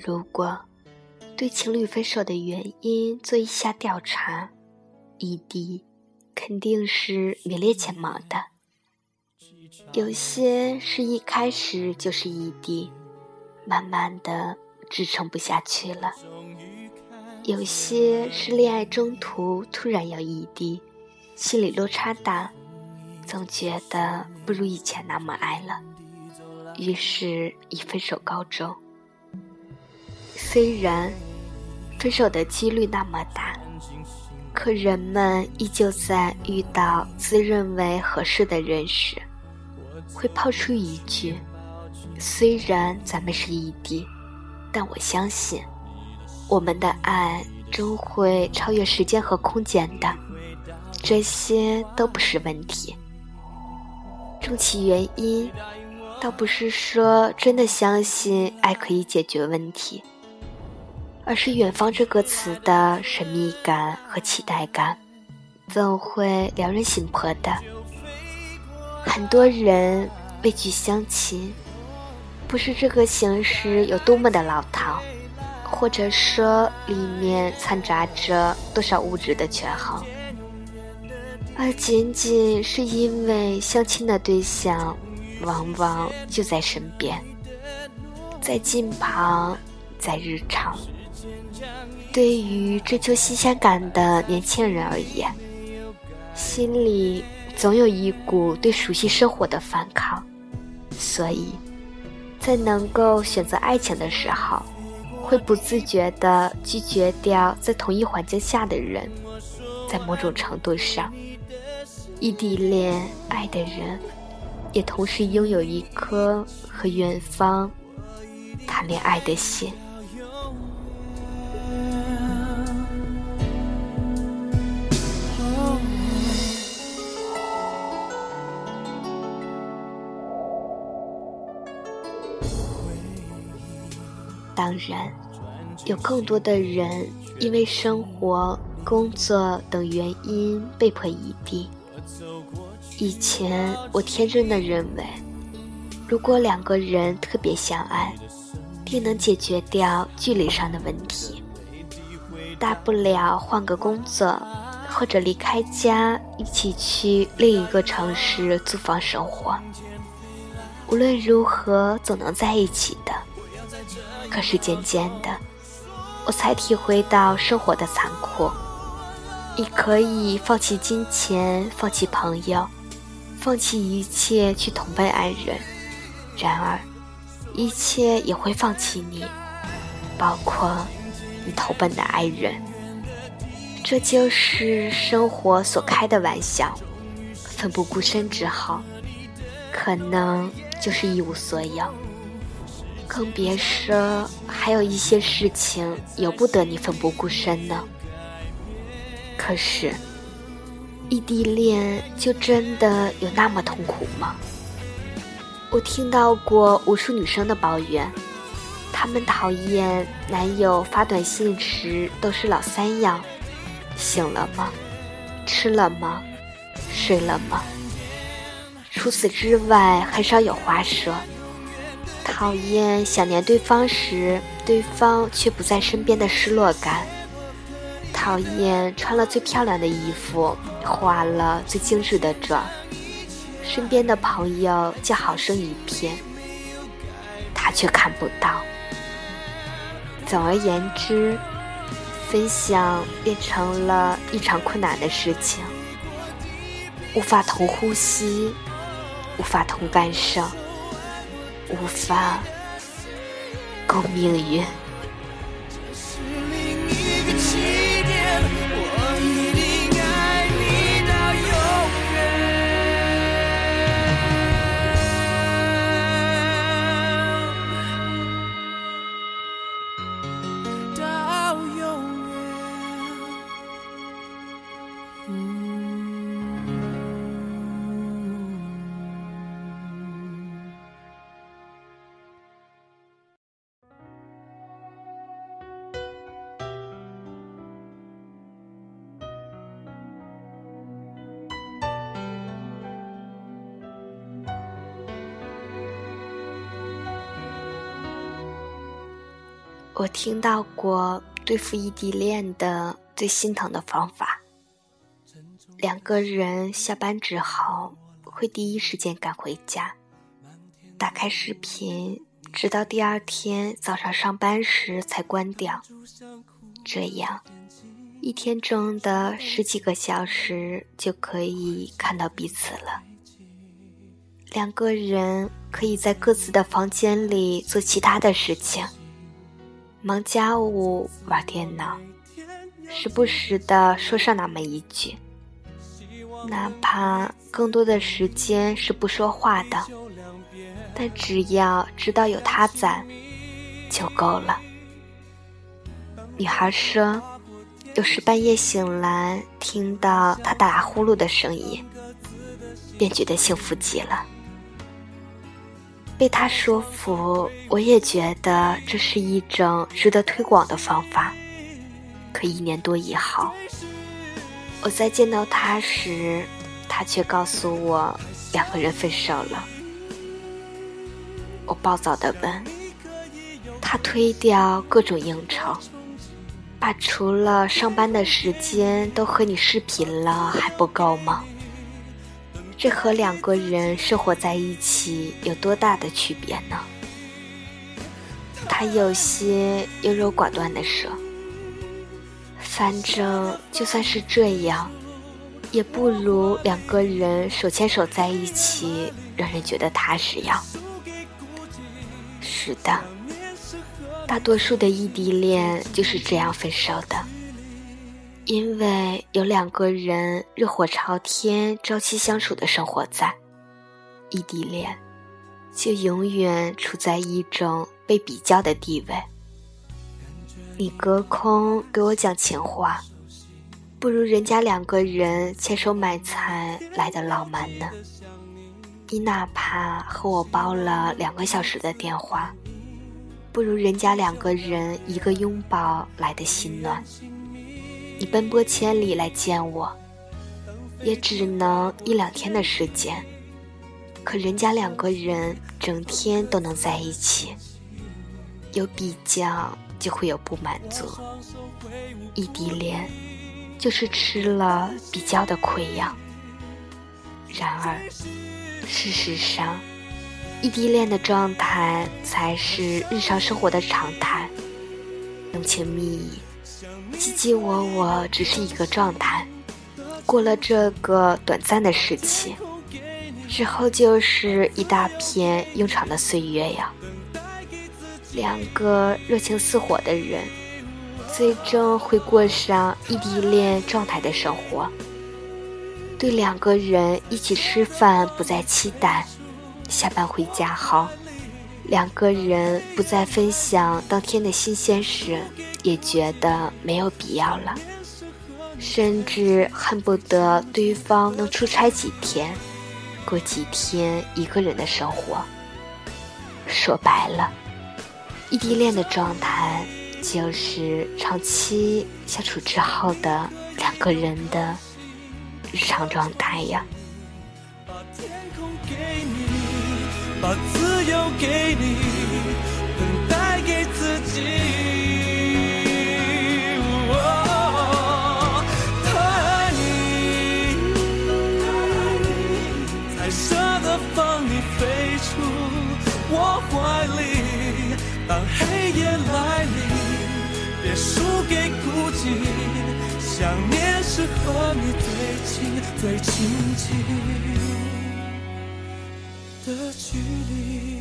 如果对情侣分手的原因做一下调查，异地肯定是名列前茅的。有些是一开始就是异地，慢慢的支撑不下去了；有些是恋爱中途突然要异地，心理落差大，总觉得不如以前那么爱了，于是以分手告终。虽然分手的几率那么大，可人们依旧在遇到自认为合适的人时，会抛出一句：虽然咱们是异地，但我相信我们的爱终会超越时间和空间的，这些都不是问题。终其原因，倒不是说真的相信爱可以解决问题，而是远方这个词的神秘感和期待感，总会撩人心魄的。很多人畏惧相亲，不是这个形式有多么的老套，或者说里面掺杂着多少物质的权衡，而仅仅是因为相亲的对象往往就在身边，在近旁，在日常。对于追求新鲜感的年轻人而言，心里总有一股对熟悉生活的反抗，所以在能够选择爱情的时候，会不自觉地拒绝掉在同一环境下的人。在某种程度上，异地恋爱的人也同时拥有一颗和远方谈恋爱的心。当然，有更多的人因为生活、工作等原因被迫异地。以前我天真的认为，如果两个人特别相爱，定能解决掉距离上的问题，大不了换个工作，或者离开家一起去另一个城市租房生活，无论如何总能在一起的。可是渐渐的，我才体会到生活的残酷。你可以放弃金钱，放弃朋友，放弃一切去同奔爱人，然而一切也会放弃你，包括你投奔的爱人。这就是生活所开的玩笑，奋不顾身之后，可能就是一无所有。更别说还有一些事情由不得你奋不顾身呢。可是异地恋就真的有那么痛苦吗？我听到过无数女生的抱怨，她们讨厌男友发短信时都是老三样：醒了吗？吃了吗？睡了吗？除此之外很少有话说。讨厌想念对方时对方却不在身边的失落感，讨厌穿了最漂亮的衣服，化了最精致的妆，身边的朋友叫好声一片，他却看不到。总而言之，分享变成了一场困难的事情，无法同呼吸，无法同感受，无法共命运。 我听到过对付异地恋的最心疼的方法，两个人下班之后会第一时间赶回家，打开视频，直到第二天早上上班时才关掉，这样一天中的10几个小时就可以看到彼此了。两个人可以在各自的房间里做其他的事情，忙家务，玩电脑，时不时地说上那么一句，哪怕更多的时间是不说话的，但只要知道有他在就够了。女孩说，有时半夜醒来听到他打呼噜的声音，便觉得幸福极了。被他说服，我也觉得这是一种值得推广的方法。可1年多以后，我再见到他时，他却告诉我两个人分手了。我暴躁地问，他推掉各种应酬，把除了上班的时间都和你视频了，还不够吗？这和两个人生活在一起有多大的区别呢？他有些优柔寡断地说，反正就算是这样，也不如两个人手牵手在一起让人觉得踏实呀。是的，大多数的异地恋就是这样分手的，因为有两个人热火朝天朝夕相处的生活在，异地恋就永远处在一种被比较的地位。你隔空给我讲情话，不如人家两个人牵手买菜来的浪漫呢。你哪怕和我煲了2个小时的电话，不如人家两个人一个拥抱来的心暖。你奔波千里来见我，也只能1、2天的时间，可人家两个人整天都能在一起。有比较就会有不满足，异地恋就是吃了比较的亏呀。然而事实上，异地恋的状态才是日常生活的常态，浓情蜜意，卿卿我我只是一个状态，过了这个短暂的时期之后，就是一大片悠长的岁月呀。两个热情似火的人，最终会过上异地恋状态的生活。对两个人一起吃饭不再期待，下班回家后，两个人不再分享当天的新鲜事，也觉得没有必要了，甚至恨不得对方能出差几天，过几天一个人的生活。说白了，异地恋的状态就是长期相处之后的两个人的日常状态呀。 把天空给你，把自由给你，等待给自己。太爱你，才舍得放你飞出我怀里。当黑夜来临，别输给孤寂，想念是和你最近最亲近的距离。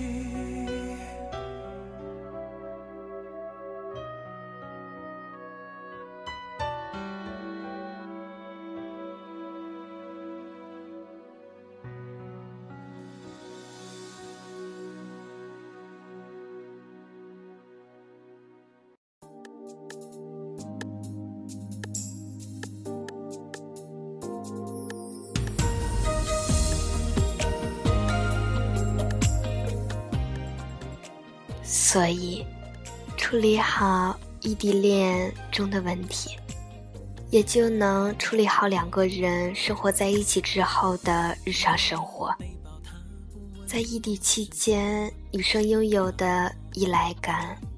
所以处理好异地恋中的问题，也就能处理好两个人生活在一起之后的日常生活。在异地期间，女生拥有的依赖感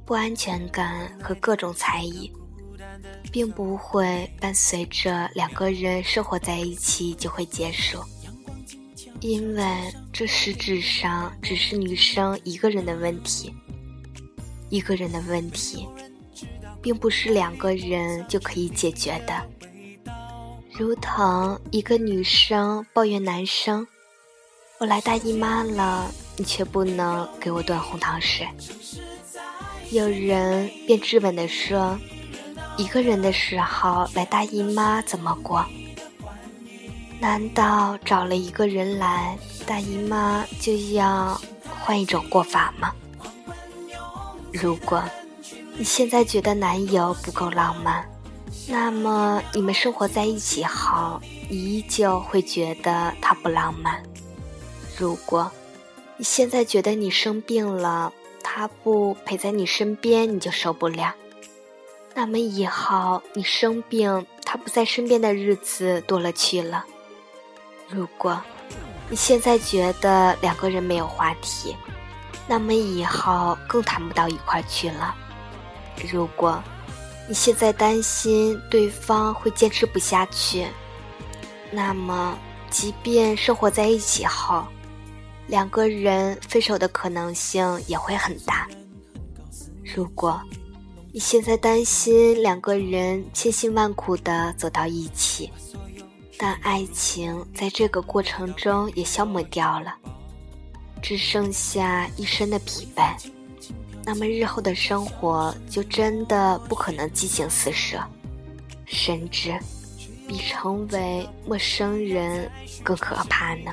不安全感和各种猜疑，并不会伴随着两个人生活在一起就会结束，因为这实质上只是女生一个人的问题，一个人的问题并不是两个人就可以解决的。如同一个女生抱怨男生，我来大姨妈了，你却不能给我端红糖水。有人便质问地说，一个人的时候来大姨妈怎么过？难道找了一个人来，大姨妈就要换一种过法吗？如果你现在觉得男友不够浪漫，那么你们生活在一起后，你依旧会觉得他不浪漫。如果你现在觉得你生病了，他不陪在你身边，你就受不了，那么以后你生病他不在身边的日子多了去了。如果你现在觉得两个人没有话题，那么以后更谈不到一块去了。如果你现在担心对方会坚持不下去，那么即便生活在一起后，两个人分手的可能性也会很大。如果你现在担心两个人千辛万苦地走到一起，但爱情在这个过程中也消磨掉了，只剩下一身的疲惫，那么日后的生活就真的不可能激情四射，甚至比成为陌生人更可怕呢。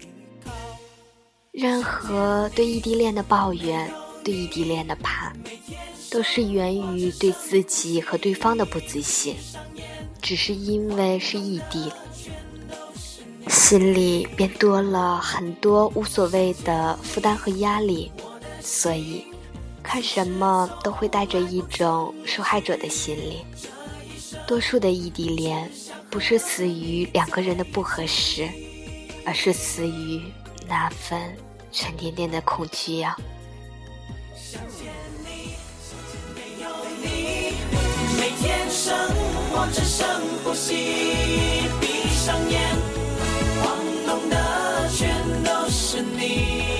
任何对异地恋的抱怨，对异地恋的怕，都是源于对自己和对方的不自信，只是因为是异地，心里便多了很多无所谓的负担和压力，所以看什么都会带着一种受害者的心理。多数的异地恋不是死于两个人的不合适，而是死于那份沉甸甸的恐惧啊。 想见你，没有你，每天生活只剩呼吸，闭上眼，晃动的全都是你。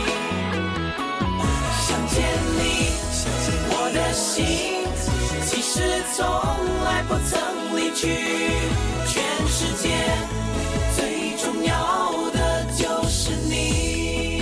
想见你，我的心其实从来不曾离去，全世界最重要的就是你。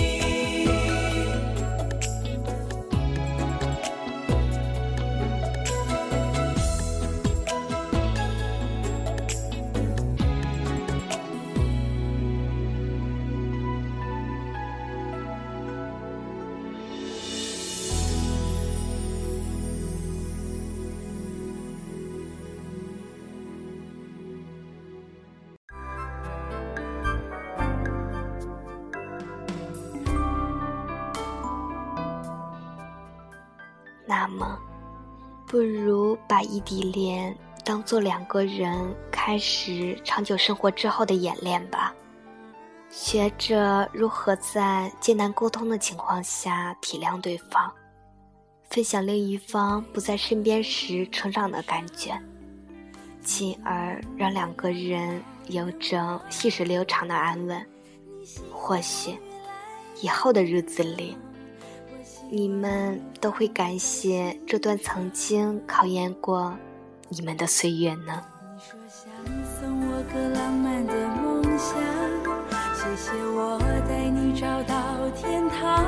那么不如把异地恋当作两个人开始长久生活之后的演练吧，学着如何在艰难沟通的情况下体谅对方，分享另一方不在身边时成长的感觉，进而让两个人有种细水流长的安稳。或许以后的日子里，你们都会感谢这段曾经考验过你们的岁月呢。 你说想送我个浪漫的梦想，谢谢我带你找到天堂，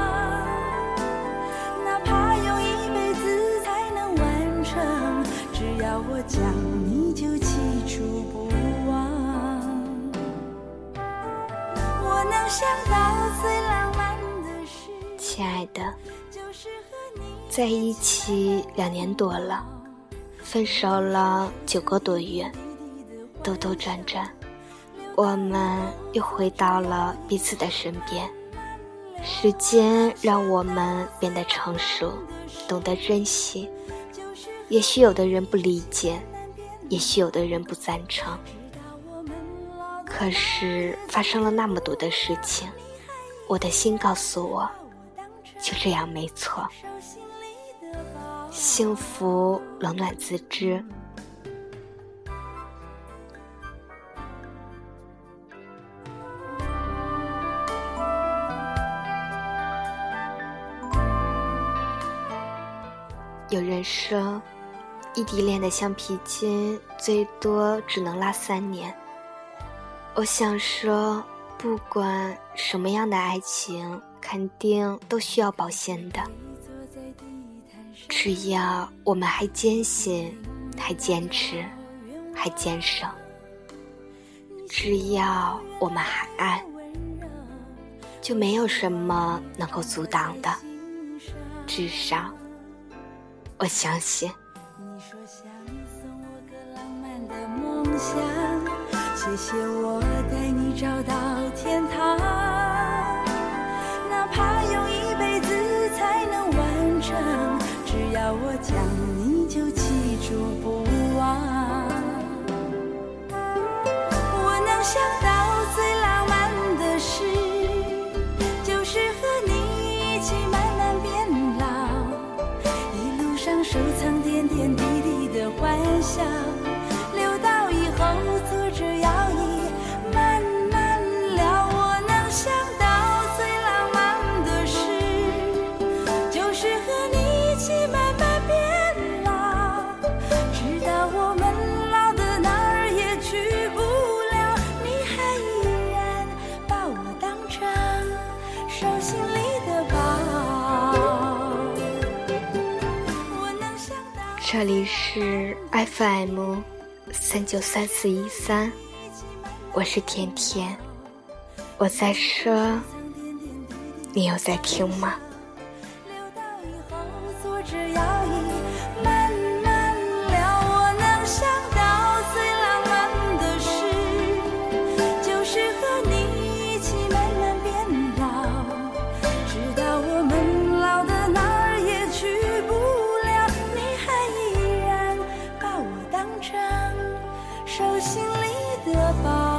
哪怕用一辈子才能完成，只要我讲你就记住不忘。我能想到最浪漫的事， 亲爱的，在一起2年多了，分手了9个多月，兜兜转转，我们又回到了彼此的身边。时间让我们变得成熟，懂得珍惜。也许有的人不理解，也许有的人不赞成，可是发生了那么多的事情，我的心告诉我，就这样没错。 幸福冷暖自知。有人说，异地恋的橡皮筋最多只能拉3年。我想说，不管什么样的爱情，肯定都需要保鲜的。只要我们还坚信，还坚持，还坚守，只要我们还爱，就没有什么能够阻挡的。至少我相信。 你说想送我个浪漫的梦想，谢谢我带你找到天堂，哪怕用一辈子才能完成，只要我讲你就记住不忘。我能想到最浪漫的事，就是和你一起慢慢变老，一路上收藏点点滴滴的欢笑，留到以后坐着摇椅慢慢聊。我能想到最浪漫的事，就是和你一起慢慢变老，直到我们老的哪儿也去不了，你还依然把我当成手心里的宝。 这里是 FM 393413，我是甜甜，我在说，你有在听吗？ 留到以后坐着摇椅慢慢聊。我能想到最浪漫的事，就是和你一起慢慢变老，直到我们老的哪儿也去不了，你还依然把我当成手心里的宝。